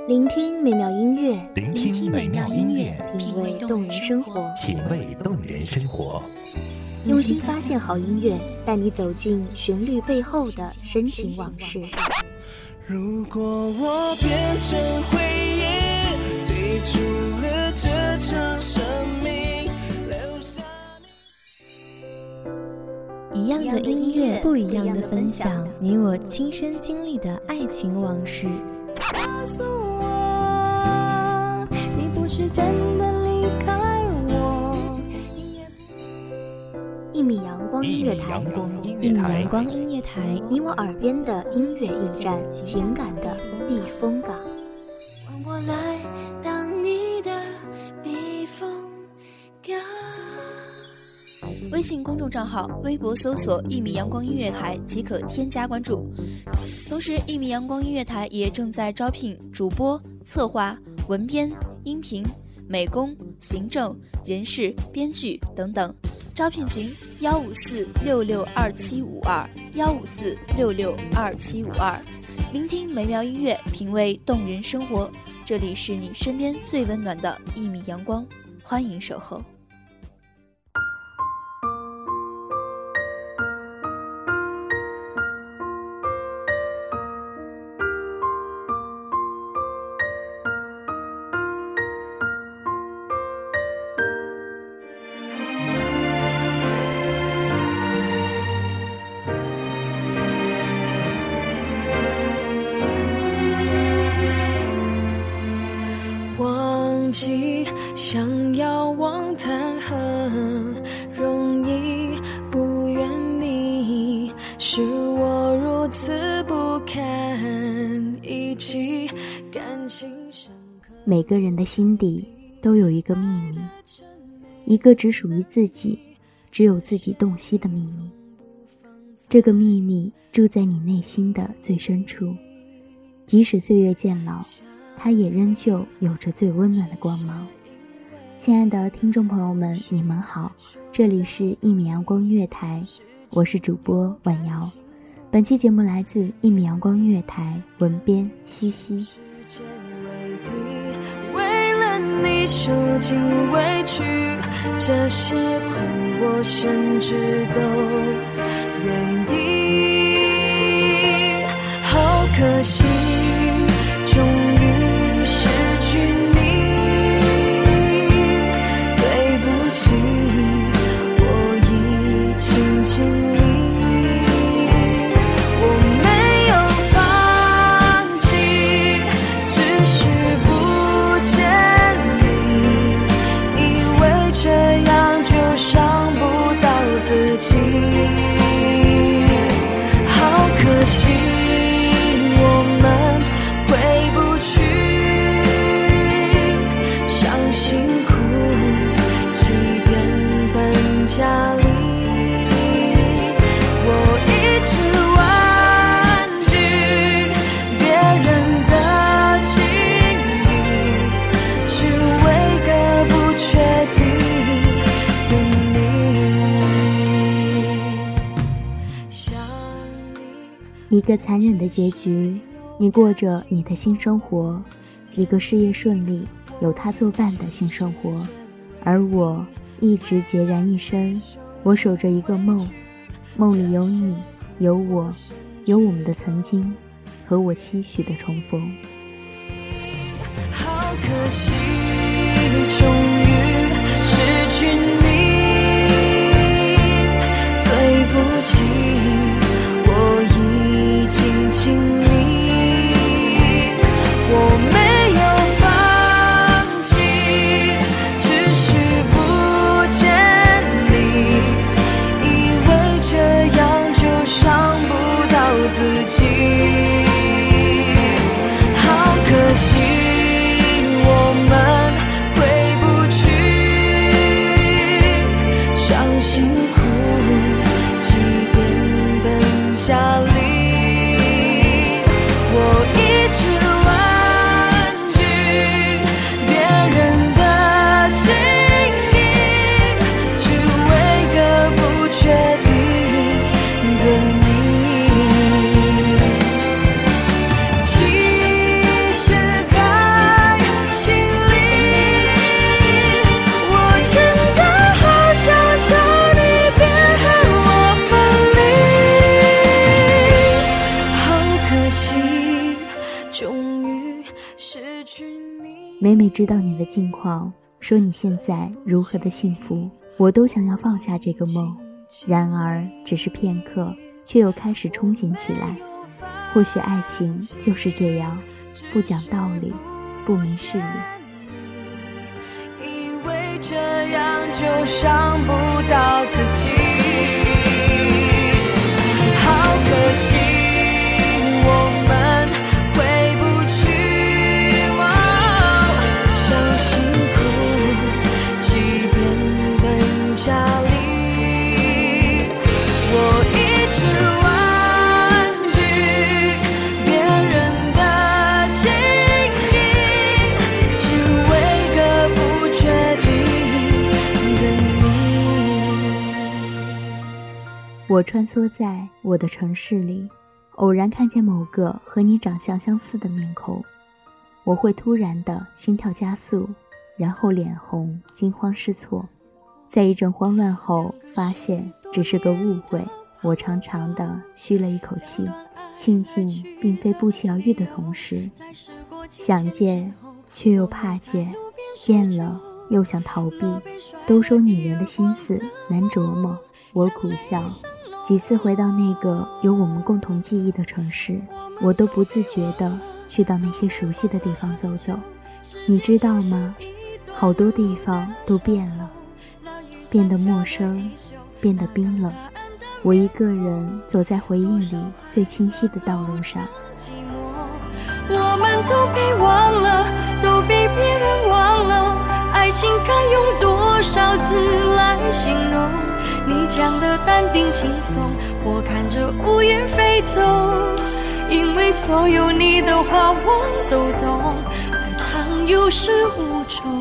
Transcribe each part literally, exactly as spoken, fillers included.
聆听美妙音乐， 聆听美妙音乐， 品味动人生活， 品味动人生活。 用心发现好音乐，带你走进旋律背后的深情往事。 如果我变成回忆，退出了这场生命，留下一样的音乐，不一样的分享，你我亲身经历的爱情往事。 告诉我，你不是真的离开我。 一米阳光音乐台， 一米阳光音乐台， 你我耳边的音乐驿站，情感的避风港。 让我来当你的避风港。 微信公众账号、微博搜索“一米阳光音乐台”即可添加关注。同时，一米阳光音乐台也正在招聘主播、策划、文编、音频、美工、行政、人事、编剧等等。招聘群：幺五四六六二七五二幺五四六六二七五二。聆听美妙音乐，品味动人生活。这里是你身边最温暖的一米阳光，欢迎守候。 想要望谈很容易，不愿你是我如此不堪一击，感情深刻。 每个人的心底都有一个秘密，一个只属于自己，只有自己洞悉的秘密。这个秘密住在你内心的最深处，即使岁月渐老，它也仍旧有着最温暖的光芒。亲爱的听众朋友们，你们好，这里是一米阳光音乐台，我是主播婉瑶。本期节目来自一米阳光音乐台，文编西西。 为了你受尽委屈，这些苦我甚至都愿意。好可惜，终于失去你。 一个残忍的结局，你过着你的新生活，一个事业顺利有他作伴的新生活，而我一直孑然一身。我守着一个梦，梦里有你，有我，有我们的曾经和我期许的重逢。 好可惜，终于失去你，对不起，我已经尽力，我没有放弃，只是不见你，以为这样就伤不到自己。好可惜，我们回不去，伤心苦，即便每每知道你的近况，说你现在如何的幸福，我都想要放下这个梦，然而只是片刻，却又开始憧憬起来。或许爱情就是这样，不讲道理，不明事理。 以为这样就伤不到自己，好可惜我们回不去，伤心苦即便本家里，我一直婉拒别人的情意，只为个不确定的你。 我穿梭在我的城市里，偶然看见某个和你长相相似的面孔，我会突然的心跳加速，然后脸红，惊慌失措。在一阵慌乱后，发现只是个误会，我长长的吁了一口气，庆幸并非不期而遇的同时，想见却又怕见，见了又想逃避。都说女人的心思难琢磨，我苦笑。几次回到那个有我们共同记忆的城市，我都不自觉地去到那些熟悉的地方走走。你知道吗？好多地方都变了，变得陌生，变得冰冷。我一个人走在回忆里最清晰的道路上。 我们都被忘了，都被别人忘了，爱情该用多少字来形容？你讲的淡定轻松，我看着乌云飞走，因为所有你的话我都懂，爱常有始无终。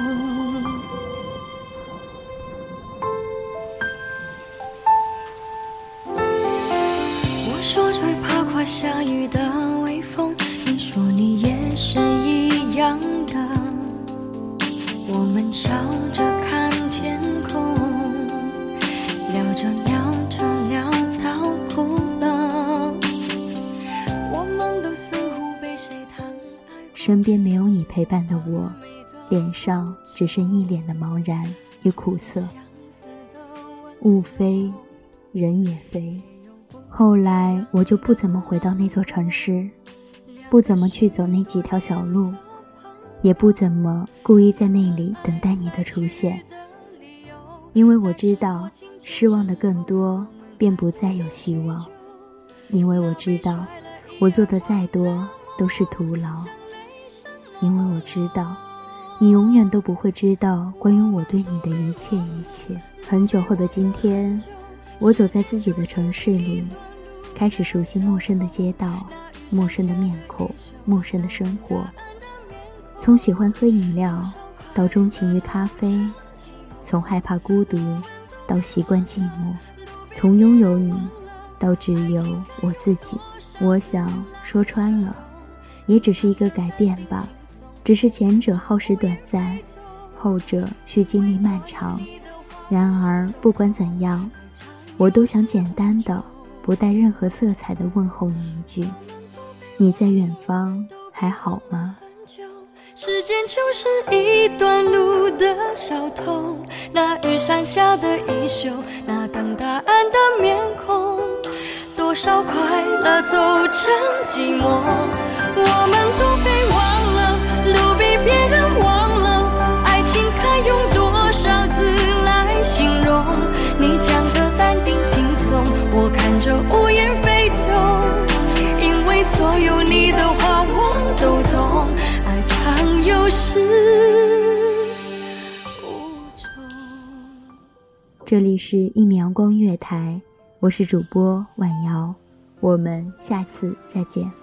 我说最怕快下雨的微风，你说你也是一样的，我们笑着看天空，聊着聊着聊到哭了，我们都似乎被谁疼爱。 身边没有你陪伴的我，脸上只剩一脸的茫然与苦涩。物飞，人也飞。后来我就不怎么回到那座城市，不怎么去走那几条小路，也不怎么故意在那里等待你的出现，因为我知道失望的更多便不再有希望，因为我知道我做的再多都是徒劳，因为我知道你永远都不会知道关于我对你的一切一切。很久后的今天，我走在自己的城市里，开始熟悉陌生的街道，陌生的面孔，陌生的生活。从喜欢喝饮料到钟情于咖啡，从害怕孤独到习惯寂寞，从拥有你到只有我自己。我想说穿了，也只是一个改变吧，只是前者耗时短暂，后者需经历漫长。然而不管怎样，我都想简单的不带任何色彩的问候你一句，你在远方还好吗？ 时间就是一段路的小偷，那雨伞下的衣袖，那等答案的面孔，多少快乐走成寂寞，我们都被忘了，都被别人忘了，爱情该用多少字来形容？你讲的淡定轻松，我看着乌云飞走，因为所有你的话我都懂，爱常有始无终。 这里是一米阳光音乐台，我是主播婉瑶，我们下次再见。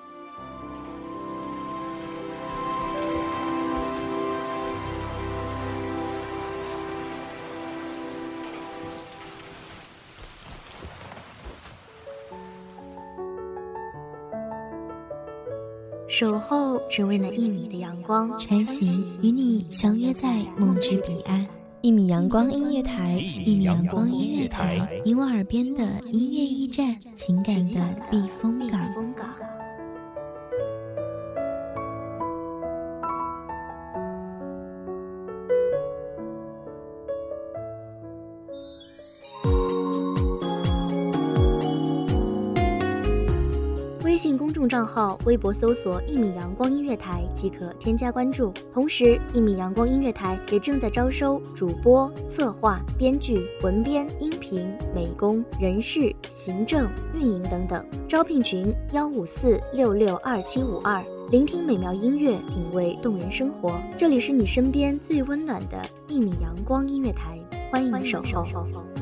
守候只为那一米的阳光， 穿行与你相约在梦之彼岸。一米阳光音乐台，一米阳光音乐台，你我耳边的音乐驿站，情感的避风港。 众账号微博搜索一米阳光音乐台即可添加关注。同时，一米阳光音乐台也正在招收主播、策划、编剧、文编、音频、美工、人事、行政、运营等等。招聘群幺五四六六二七五二。聆听美妙音乐，品味动人生活。这里是你身边最温暖的一米阳光音乐台，欢迎你守候。